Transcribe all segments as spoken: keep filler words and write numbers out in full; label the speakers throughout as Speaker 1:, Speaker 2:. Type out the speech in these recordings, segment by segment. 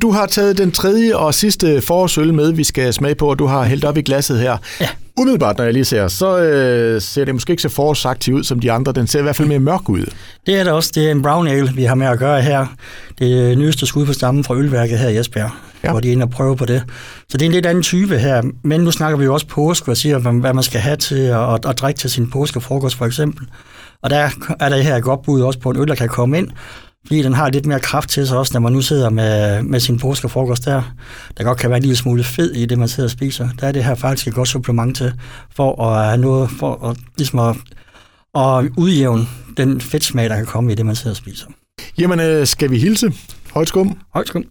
Speaker 1: Du har taget den tredje og sidste forårsøl med, vi skal smage på, og du har hældt op i glasset her.
Speaker 2: Ja.
Speaker 1: Umiddelbart, når jeg lige ser, så øh, ser det måske ikke så forårsagtigt ud som de andre. Den ser i hvert fald mere mørk ud.
Speaker 2: Det er det også. Det er en brown ale, vi har med at gøre her. Det er nyeste skud på stammen fra ølværket her i Esbjerg, ja. Hvor de er inde og prøve på det. Så det er en lidt anden type her. Men nu snakker vi jo også påske og siger, hvad man skal have til at, at, at drikke til sin påskefrokost for eksempel. Og der er der her et godt bud også på en øl, der kan komme ind. Fordi den har lidt mere kraft til sig også, når man nu sidder med, med sin påskefrokost der. Der godt kan være en lille smule fed i det, man sidder og spiser. Der er det her faktisk et godt supplement til, for at have noget, for at, ligesom at, at udjævne den fedtsmag, der kan komme i det, man sidder og spiser.
Speaker 1: Jamen, skal vi hilse? Højt skum.
Speaker 2: Højt skum.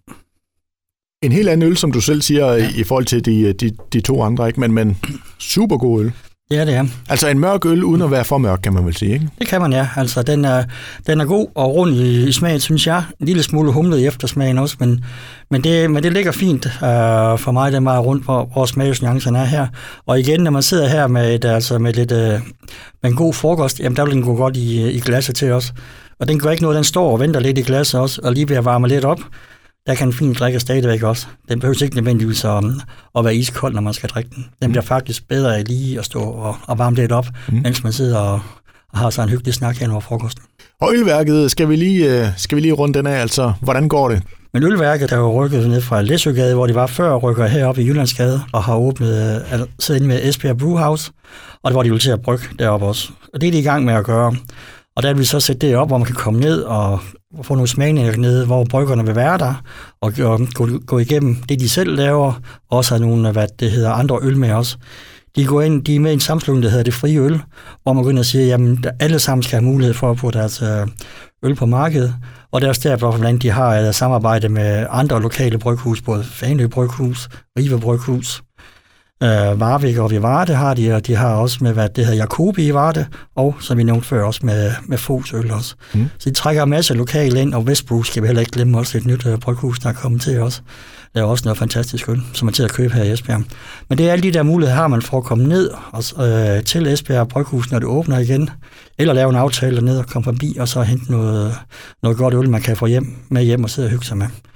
Speaker 1: En helt anden øl, som du selv siger, ja. i forhold til de, de, de to andre, ikke? Men, men super god øl.
Speaker 2: Ja, det er.
Speaker 1: Altså en mørk øl, uden at være for mørk, kan man vel sige, ikke?
Speaker 2: Det kan man, ja. Altså, den er, den er god og rund i, i smagen, synes jeg. En lille smule humlet i eftersmagen også, men, men, det, men det ligger fint uh, for mig, den meget rundt, hvor, hvor smagsnuancerne er her. Og igen, når man sidder her med, et, altså med, lidt, uh, med en god frokost, jamen der vil den gå godt i, i glasset til os. Og den gør ikke noget, den står og venter lidt i glasset også, og lige ved at varme lidt op. Der kan en fint drikke stadigvæk også. Den behøver ikke nødvendigvis at, at være iskold, når man skal drikke den. Den bliver faktisk bedre af lige at stå og, og varme lidt op, mm. mens man sidder og, og har så en hyggelig snak hen over frokosten.
Speaker 1: Og ølværket, skal vi lige, skal vi lige runde den af, altså hvordan går det?
Speaker 2: Men ølværket er jo rykket ned fra Læsøgade, hvor de var før, rykker heroppe i Jyllandsgade, og har åbnet siddet inde med Esbjerg Brewhouse, og det var de jo til at brygge deroppe også. Og det er de i gang med at gøre. Og der vil vi så sætte det op, hvor man kan komme ned og få nogle smagninger nede, hvor bryggerne vil være der, og gå, gå igennem det, de selv laver, og også have nogle, hvad det hedder, andre øl med os. De går ind, de er med i en sammenslutning, der hedder Det Frie Øl, hvor man går ind og siger, jamen alle sammen skal have mulighed for at få deres øl på markedet. Og det er også derfor, hvordan de har et samarbejde med andre lokale bryghus, både Fanø Bryghus, Ribe Bryghus, Uh, Varvik og Vivarte har de, og de har også med, hvad det hedder, Jacobi i Varde, og som vi nævnte før, også med, med Foghs øl også. Mm. Så de trækker en masse lokale ind, og Vestbro skal vi heller ikke glemme, også et nyt uh, bryghus, der er kommet til os. Der er også noget fantastisk øl, som er til at købe her i Esbjerg. Men det er alle de der muligheder, har man for at komme ned og, uh, til Esbjerg Bryghus, når det åbner igen, eller lave en aftale dernede og komme forbi, og så hente noget, noget godt øl, man kan få hjem med hjem og sidde og hygge sig med.